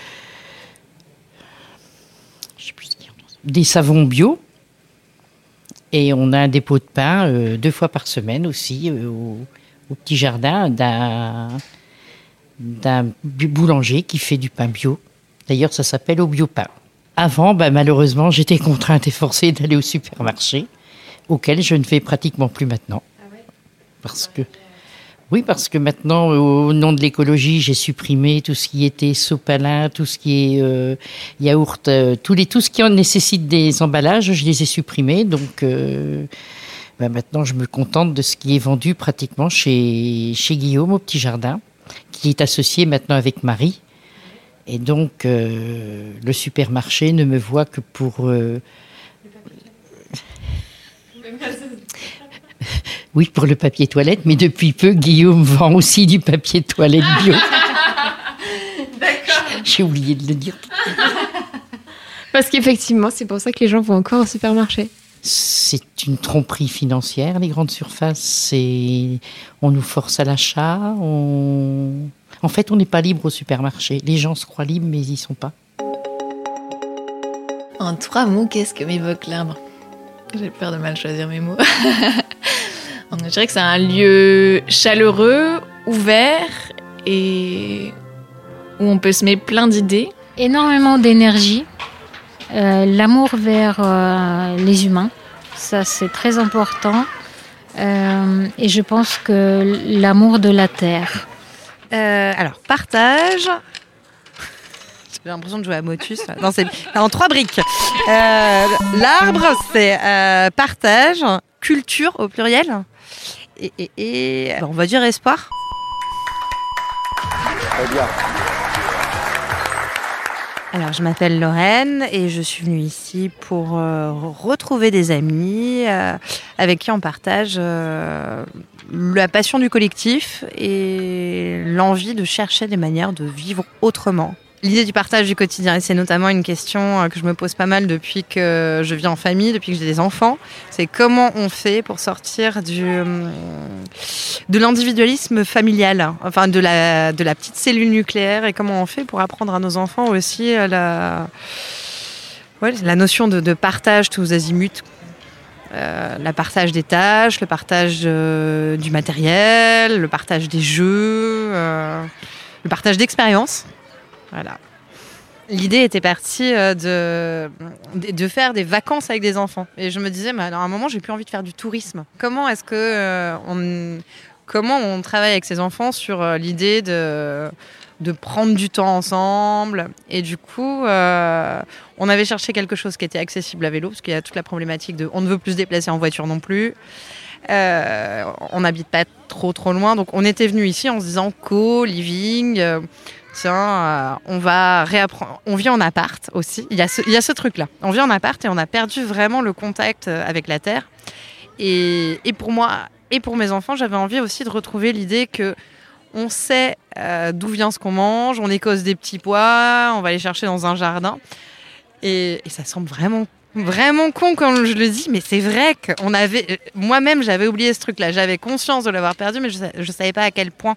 je sais plus dire, des savons bio, et on a un dépôt de pain euh, deux fois par semaine aussi euh, au, au petit jardin d'un, d'un boulanger qui fait du pain bio. D'ailleurs, ça s'appelle au bio-pain. Avant, bah, malheureusement, j'étais contrainte et forcée d'aller au supermarché, auquel je ne vais pratiquement plus maintenant. Parce que, oui, parce que maintenant, au nom de l'écologie, j'ai supprimé tout ce qui était sopalin, tout ce qui est euh, yaourt, euh, tous les, tout ce qui en nécessite des emballages, je les ai supprimés. Donc, euh, ben maintenant, je me contente de ce qui est vendu pratiquement chez, chez Guillaume, au Petit Jardin, qui est associé maintenant avec Marie. Et donc, euh, le supermarché ne me voit que pour... Euh, Oui, pour le papier toilette, mais depuis peu, Guillaume vend aussi du papier toilette bio. D'accord. J'ai oublié de le dire. Parce qu'effectivement, c'est pour ça que les gens vont encore au supermarché. C'est une tromperie financière, les grandes surfaces. C'est... On nous force à l'achat. On... En fait, on n'est pas libre au supermarché. Les gens se croient libres, mais ils n'y sont pas. En trois mots, qu'est-ce que m'évoque l'arbre ? J'ai peur de mal choisir mes mots. Donc, je dirais que c'est un lieu chaleureux, ouvert et où on peut semer plein d'idées. Énormément d'énergie, euh, l'amour vers euh, les humains, ça c'est très important. Euh, et je pense que l'amour de la terre. Euh, alors, partage. J'ai l'impression de jouer à Motus. Non, c'est en trois briques. Euh, l'arbre, c'est euh, partage, culture au pluriel. Et, et, et on va dire espoir. Très bien. Alors, je m'appelle Lorraine et je suis venue ici pour euh, retrouver des amis euh, avec qui on partage euh, la passion du collectif et l'envie de chercher des manières de vivre autrement. L'idée du partage du quotidien, c'est notamment une question que je me pose pas mal depuis que je vis en famille, depuis que j'ai des enfants. C'est comment on fait pour sortir du, de l'individualisme familial, enfin de la, de la petite cellule nucléaire, et comment on fait pour apprendre à nos enfants aussi la, ouais, la notion de, de partage tous azimuts. Euh, le partage des tâches, le partage euh, du matériel, le partage des jeux, euh, le partage d'expériences. Voilà. L'idée était partie de, de faire des vacances avec des enfants. Et je me disais, mais à un moment, j'ai plus envie de faire du tourisme. Comment est-ce que euh, on, comment on travaille avec ces enfants sur l'idée de, de prendre du temps ensemble ? Et du coup, euh, on avait cherché quelque chose qui était accessible à vélo, parce qu'il y a toute la problématique de on ne veut plus se déplacer en voiture non plus. Euh, on n'habite pas trop trop loin, donc on était venu ici en se disant co-living. Euh, Tiens, euh, on va réapprendre. On vit en appart aussi. Il y a ce, il y a ce truc-là. On vit en appart et on a perdu vraiment le contact avec la terre. Et, et pour moi et pour mes enfants, j'avais envie aussi de retrouver l'idée que on sait euh, d'où vient ce qu'on mange, on écosse des petits pois, on va les chercher dans un jardin. Et, et ça semble vraiment, vraiment con quand je le dis, mais c'est vrai qu'on avait. Moi-même, j'avais oublié ce truc-là. J'avais conscience de l'avoir perdu, mais je ne savais pas à quel point.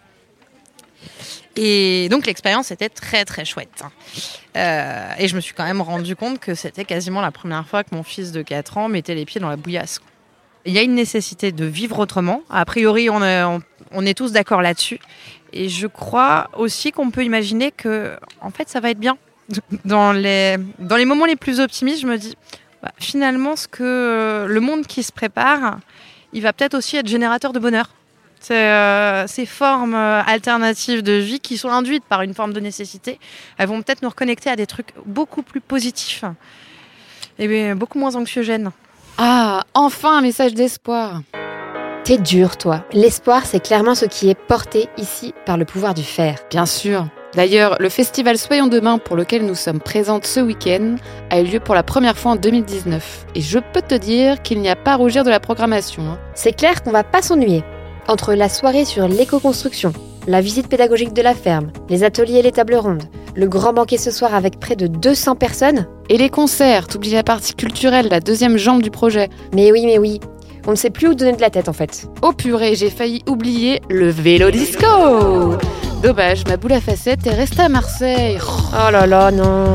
Et donc l'expérience était très très chouette. Euh, et je me suis quand même rendu compte que c'était quasiment la première fois que mon fils de quatre ans mettait les pieds dans la bouillasse. Il y a une nécessité de vivre autrement. A priori, on est, on, on est tous d'accord là-dessus. Et je crois aussi qu'on peut imaginer que, en fait, ça va être bien. Dans les, dans les moments les plus optimistes, je me dis, bah, finalement, ce que le monde qui se prépare, il va peut-être aussi être générateur de bonheur. C'est, euh, ces formes alternatives de vie qui sont induites par une forme de nécessité, elles vont peut-être nous reconnecter à des trucs beaucoup plus positifs et bien, beaucoup moins anxiogènes. Ah, enfin un message d'espoir. T'es dur, toi. L'espoir, c'est clairement ce qui est porté ici par le pouvoir du faire. Bien sûr. D'ailleurs, le festival Soyons Demain, pour lequel nous sommes présentes ce week-end, a eu lieu pour la première fois en deux mille dix-neuf. Et je peux te dire qu'il n'y a pas à rougir de la programmation. Hein. C'est clair qu'on va pas s'ennuyer. Entre la soirée sur l'éco-construction, la visite pédagogique de la ferme, les ateliers et les tables rondes, le grand banquet ce soir avec près de deux cents personnes. Et les concerts, t'oublies la partie culturelle, la deuxième jambe du projet. Mais oui, mais oui, on ne sait plus où donner de la tête en fait. Oh purée, j'ai failli oublier le vélo disco. Dommage, ma boule à facettes est restée à Marseille. Oh là là, non.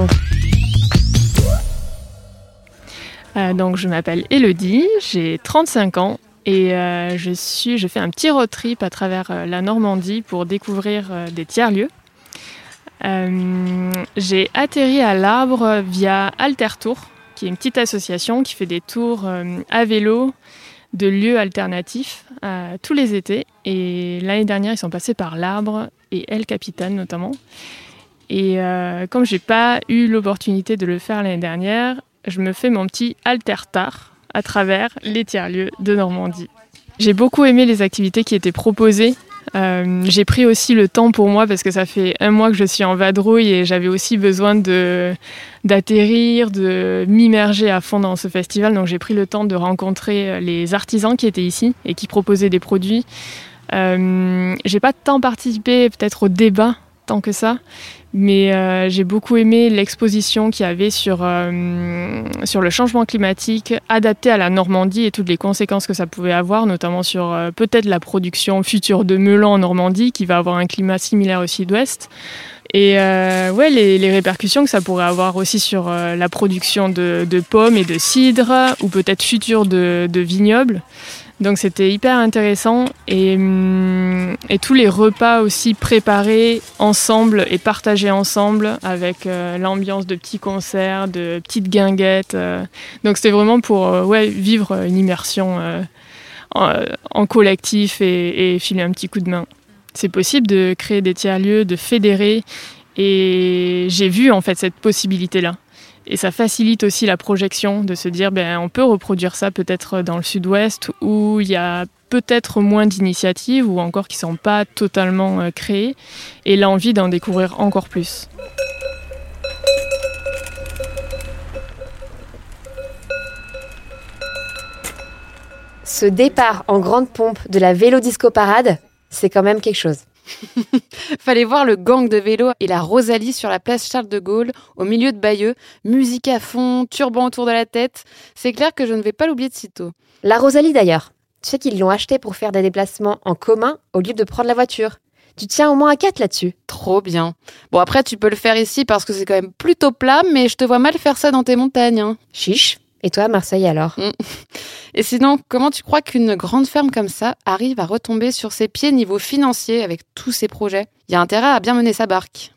Euh, donc je m'appelle Élodie, j'ai trente-cinq ans. Et euh, je, suis, je fais un petit road trip à travers euh, la Normandie pour découvrir euh, des tiers-lieux. Euh, j'ai atterri à l'Arbre via Altertour, qui est une petite association qui fait des tours euh, à vélo de lieux alternatifs euh, tous les étés. Et l'année dernière, ils sont passés par l'Arbre et El Capitan notamment. Et euh, comme j'ai pas eu l'opportunité de le faire l'année dernière, je me fais mon petit altertar à travers les tiers-lieux de Normandie. J'ai beaucoup aimé les activités qui étaient proposées. Euh, j'ai pris aussi le temps pour moi parce que ça fait un mois que je suis en vadrouille et j'avais aussi besoin de, d'atterrir, de m'immerger à fond dans ce festival. Donc j'ai pris le temps de rencontrer les artisans qui étaient ici et qui proposaient des produits. Euh, j'ai pas tant participé peut-être au débat tant que ça, mais euh, j'ai beaucoup aimé l'exposition qu'il y avait sur, euh, sur le changement climatique adapté à la Normandie et toutes les conséquences que ça pouvait avoir, notamment sur euh, peut-être la production future de melons en Normandie, qui va avoir un climat similaire au sud-ouest. Et euh, ouais, les, les répercussions que ça pourrait avoir aussi sur euh, la production de, de pommes et de cidre, ou peut-être future de, de vignobles. Donc c'était hyper intéressant et, et tous les repas aussi préparés ensemble et partagés ensemble avec euh, l'ambiance de petits concerts, de petites guinguettes. Euh. Donc c'était vraiment pour euh, ouais, vivre une immersion euh, en, en collectif et, et filer un petit coup de main. C'est possible de créer des tiers-lieux, de fédérer et j'ai vu en fait cette possibilité-là. Et ça facilite aussi la projection de se dire ben, on peut reproduire ça peut-être dans le sud-ouest où il y a peut-être moins d'initiatives ou encore qui ne sont pas totalement euh, créées et l'envie d'en découvrir encore plus. Ce départ en grande pompe de la vélo disco parade, c'est quand même quelque chose. Fallait voir le gang de vélo et la Rosalie sur la place Charles de Gaulle, au milieu de Bayeux, musique à fond, turban autour de la tête. C'est clair que je ne vais pas l'oublier de sitôt. La Rosalie d'ailleurs, tu sais qu'ils l'ont achetée pour faire des déplacements en commun au lieu de prendre la voiture. Tu tiens au moins à quatre là-dessus. Trop bien. Bon après tu peux le faire ici parce que c'est quand même plutôt plat, mais je te vois mal faire ça dans tes montagnes. Hein. Chiche. Et toi, Marseille alors ? Et sinon, comment tu crois qu'une grande ferme comme ça arrive à retomber sur ses pieds niveau financier avec tous ses projets ? Il y a intérêt à bien mener sa barque.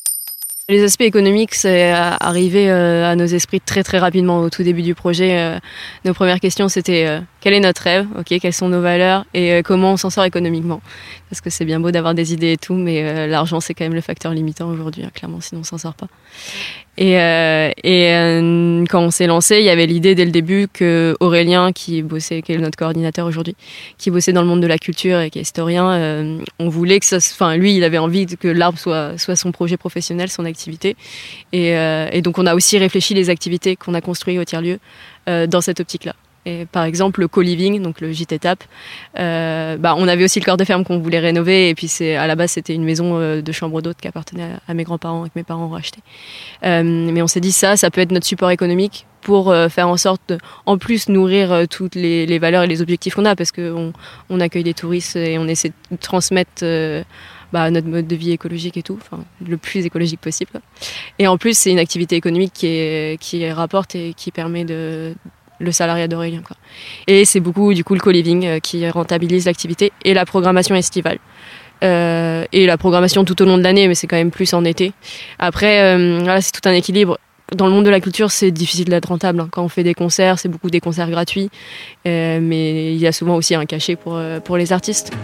Les aspects économiques, c'est arrivé à nos esprits très très rapidement au tout début du projet. Nos premières questions, c'était quel est notre rêve, ok, quelles sont nos valeurs et comment on s'en sort économiquement. Parce que c'est bien beau d'avoir des idées et tout, mais l'argent c'est quand même le facteur limitant aujourd'hui, hein, clairement, sinon on s'en sort pas. Et, euh, et euh, quand on s'est lancé, il y avait l'idée dès le début que Aurélien, qui bossait, qui est notre coordinateur aujourd'hui, qui bossait dans le monde de la culture et qui est historien, euh, on voulait que ça, enfin lui, il avait envie que l'Arbre soit soit son projet professionnel, son activité. Et, euh, et donc on a aussi réfléchi les activités qu'on a construites au tiers-lieu euh, dans cette optique-là. Et par exemple, le co-living, donc le gîte étape, euh, bah, on avait aussi le corps de ferme qu'on voulait rénover. Et puis, c'est, à la base, c'était une maison euh, de chambre d'hôte qui appartenait à, à mes grands-parents et que mes parents ont racheté. Euh, mais on s'est dit, ça, ça peut être notre support économique pour euh, faire en sorte, de, en plus, nourrir euh, toutes les, les valeurs et les objectifs qu'on a. Parce qu'on on accueille des touristes et on essaie de transmettre euh, bah, notre mode de vie écologique et tout, enfin, le plus écologique possible. Et en plus, c'est une activité économique qui, est, qui rapporte et qui permet de... le salariat d'Aurélien, quoi. Et c'est beaucoup du coup le co-living euh, qui rentabilise l'activité et la programmation estivale. Euh, et la programmation tout au long de l'année, mais c'est quand même plus en été. Après, euh, voilà, c'est tout un équilibre. Dans le monde de la culture, c'est difficile d'être rentable. Hein. Quand on fait des concerts, c'est beaucoup des concerts gratuits, euh, mais il y a souvent aussi un cachet pour, euh, pour les artistes.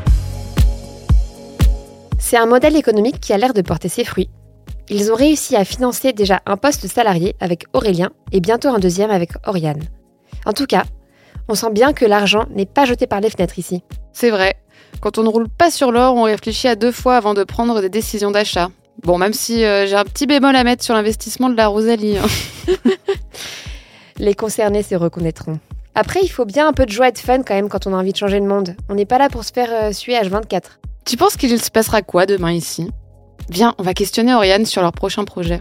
C'est un modèle économique qui a l'air de porter ses fruits. Ils ont réussi à financer déjà un poste salarié avec Aurélien et bientôt un deuxième avec Oriane. En tout cas, on sent bien que l'argent n'est pas jeté par les fenêtres ici. C'est vrai. Quand on ne roule pas sur l'or, on réfléchit à deux fois avant de prendre des décisions d'achat. Bon, même si euh, j'ai un petit bémol à mettre sur l'investissement de la Rosalie. Hein. Les concernés se reconnaîtront. Après, il faut bien un peu de joie et de fun quand même quand on a envie de changer le monde. On n'est pas là pour se faire euh, suer H vingt-quatre. Tu penses qu'il se passera quoi demain ici ? Viens, on va questionner Oriane sur leur prochain projet.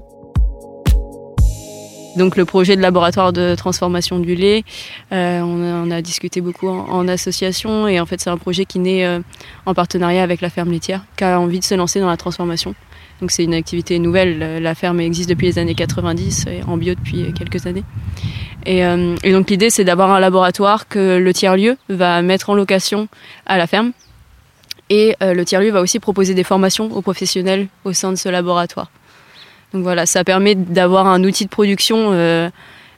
Donc le projet de laboratoire de transformation du lait, euh, on, a, on a discuté beaucoup en, en association et en fait c'est un projet qui naît euh, en partenariat avec la ferme laitière qui a envie de se lancer dans la transformation. Donc c'est une activité nouvelle, la ferme existe depuis les années quatre-vingt-dix, et en bio depuis quelques années. Et, euh, et donc l'idée c'est d'avoir un laboratoire que le tiers-lieu va mettre en location à la ferme. Et euh, le tiers-lieu va aussi proposer des formations aux professionnels au sein de ce laboratoire. Donc voilà, ça permet d'avoir un outil de production euh,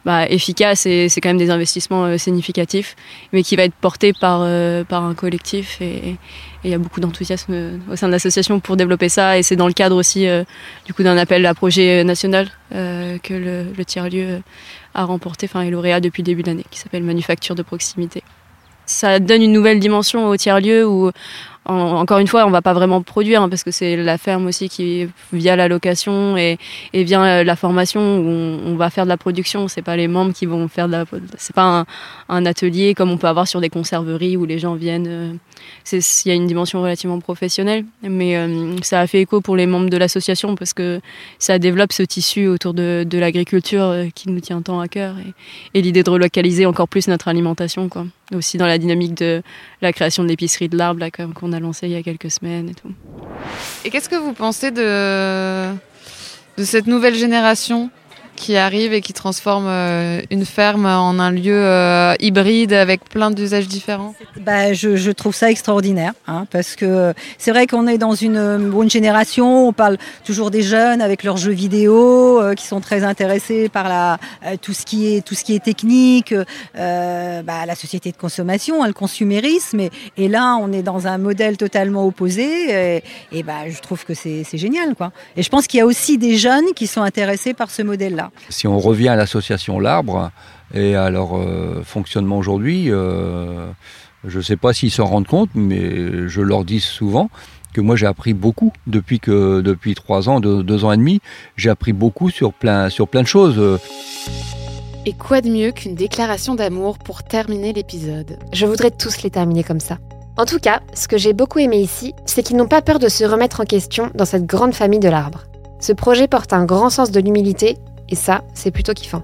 bah, efficace et c'est quand même des investissements euh, significatifs, mais qui va être porté par, euh, par un collectif et il y a beaucoup d'enthousiasme au sein de l'association pour développer ça et c'est dans le cadre aussi euh, du coup d'un appel à projet national euh, que le, le tiers-lieu a remporté, enfin est lauréat depuis le début de l'année, qui s'appelle Manufacture de proximité. Ça donne une nouvelle dimension au tiers-lieu où En, encore une fois, on ne va pas vraiment produire hein, parce que c'est la ferme aussi qui, via la location et, et via la formation, où on, on va faire de la production. C'est pas les membres qui vont faire de la. C'est pas un, un atelier comme on peut avoir sur des conserveries où les gens viennent. Il y a une dimension relativement professionnelle, mais euh, ça a fait écho pour les membres de l'association parce que ça développe ce tissu autour de, de l'agriculture euh, qui nous tient tant à cœur et, et l'idée de relocaliser encore plus notre alimentation, quoi. Aussi dans la dynamique de la création de l'épicerie de l'Arbre là, qu'on a lancée il y a quelques semaines et tout. Et qu'est-ce que vous pensez de, de cette nouvelle génération qui arrive et qui transforme euh, une ferme en un lieu euh, hybride avec plein d'usages différents? Bah, je, je trouve ça extraordinaire, hein, parce que c'est vrai qu'on est dans une bonne génération, on parle toujours des jeunes avec leurs jeux vidéo, euh, qui sont très intéressés par la, euh, tout, ce qui est, tout ce qui est technique, euh, bah, la société de consommation, hein, le consumérisme, et, et là on est dans un modèle totalement opposé, et, et bah, je trouve que c'est, c'est génial, quoi. Et je pense qu'il y a aussi des jeunes qui sont intéressés par ce modèle-là. Si on revient à l'association L'Arbre et à leur euh, fonctionnement aujourd'hui, euh, je ne sais pas s'ils s'en rendent compte, mais je leur dis souvent que moi j'ai appris beaucoup depuis que depuis trois ans, deux, deux ans et demi, j'ai appris beaucoup sur plein sur plein de choses. Et quoi de mieux qu'une déclaration d'amour pour terminer l'épisode? Je voudrais tous les terminer comme ça. En tout cas, ce que j'ai beaucoup aimé ici, c'est qu'ils n'ont pas peur de se remettre en question dans cette grande famille de l'Arbre. Ce projet porte un grand sens de l'humilité. Et ça, c'est plutôt kiffant.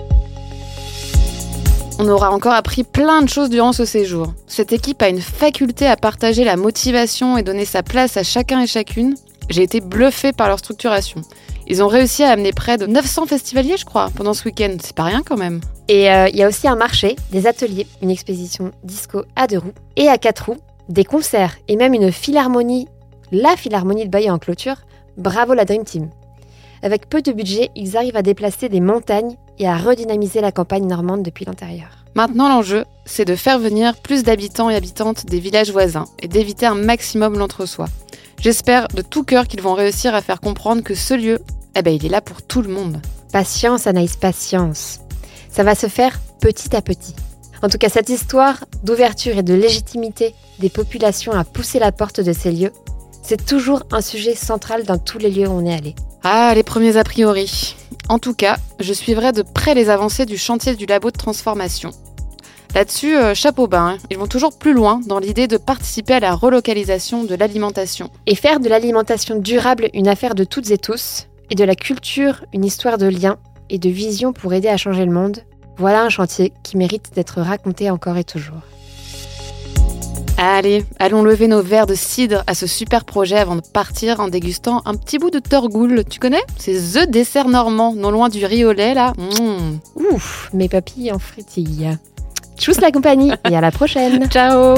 On aura encore appris plein de choses durant ce séjour. Cette équipe a une faculté à partager la motivation et donner sa place à chacun et chacune. J'ai été bluffée par leur structuration. Ils ont réussi à amener près de neuf cents festivaliers, je crois, pendant ce week-end. C'est pas rien quand même. Et il euh, y a aussi un marché, des ateliers, une exposition disco à deux roues et à quatre roues, des concerts et même une philharmonie, la philharmonie de Bayeux en clôture. Bravo la Dream Team. Avec peu de budget, ils arrivent à déplacer des montagnes et à redynamiser la campagne normande depuis l'intérieur. Maintenant, l'enjeu, c'est de faire venir plus d'habitants et habitantes des villages voisins et d'éviter un maximum l'entre-soi. J'espère de tout cœur qu'ils vont réussir à faire comprendre que ce lieu, eh ben, il est là pour tout le monde. Patience, Anaïs, patience. Ça va se faire petit à petit. En tout cas, cette histoire d'ouverture et de légitimité des populations à pousser la porte de ces lieux, c'est toujours un sujet central dans tous les lieux où on est allé. Ah, les premiers a priori. En tout cas, je suivrai de près les avancées du chantier du labo de transformation. Là-dessus, euh, chapeau bas, hein. Ils vont toujours plus loin dans l'idée de participer à la relocalisation de l'alimentation. Et faire de l'alimentation durable une affaire de toutes et tous, et de la culture une histoire de lien et de vision pour aider à changer le monde, voilà un chantier qui mérite d'être raconté encore et toujours. Allez, allons lever nos verres de cidre à ce super projet avant de partir en dégustant un petit bout de Torgoul. Tu connais? C'est the dessert normand, non loin du riz au lait, là. Mmh. Ouf, mes papilles en frétille. Tchuss la compagnie et à la prochaine. Ciao.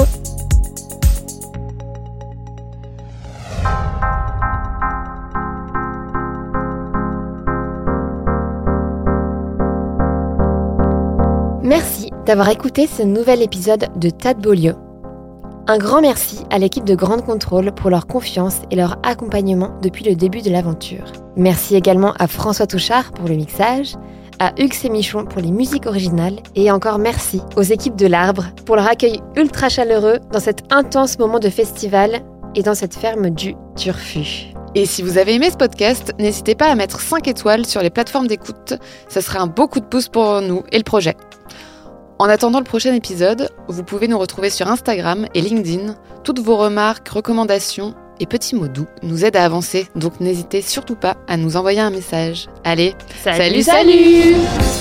Merci d'avoir écouté ce nouvel épisode de Tas de Beaulieu. Un grand merci à l'équipe de Grande Contrôle pour leur confiance et leur accompagnement depuis le début de l'aventure. Merci également à François Touchard pour le mixage, à Hugues Sémichon pour les musiques originales et encore merci aux équipes de l'Arbre pour leur accueil ultra chaleureux dans cet intense moment de festival et dans cette ferme du Turfu. Et si vous avez aimé ce podcast, n'hésitez pas à mettre cinq étoiles sur les plateformes d'écoute. Ça serait un beau coup de pouce pour nous et le projet. En attendant le prochain épisode, vous pouvez nous retrouver sur Instagram et LinkedIn. Toutes vos remarques, recommandations et petits mots doux nous aident à avancer, donc n'hésitez surtout pas à nous envoyer un message. Allez, salut, salut, salut, salut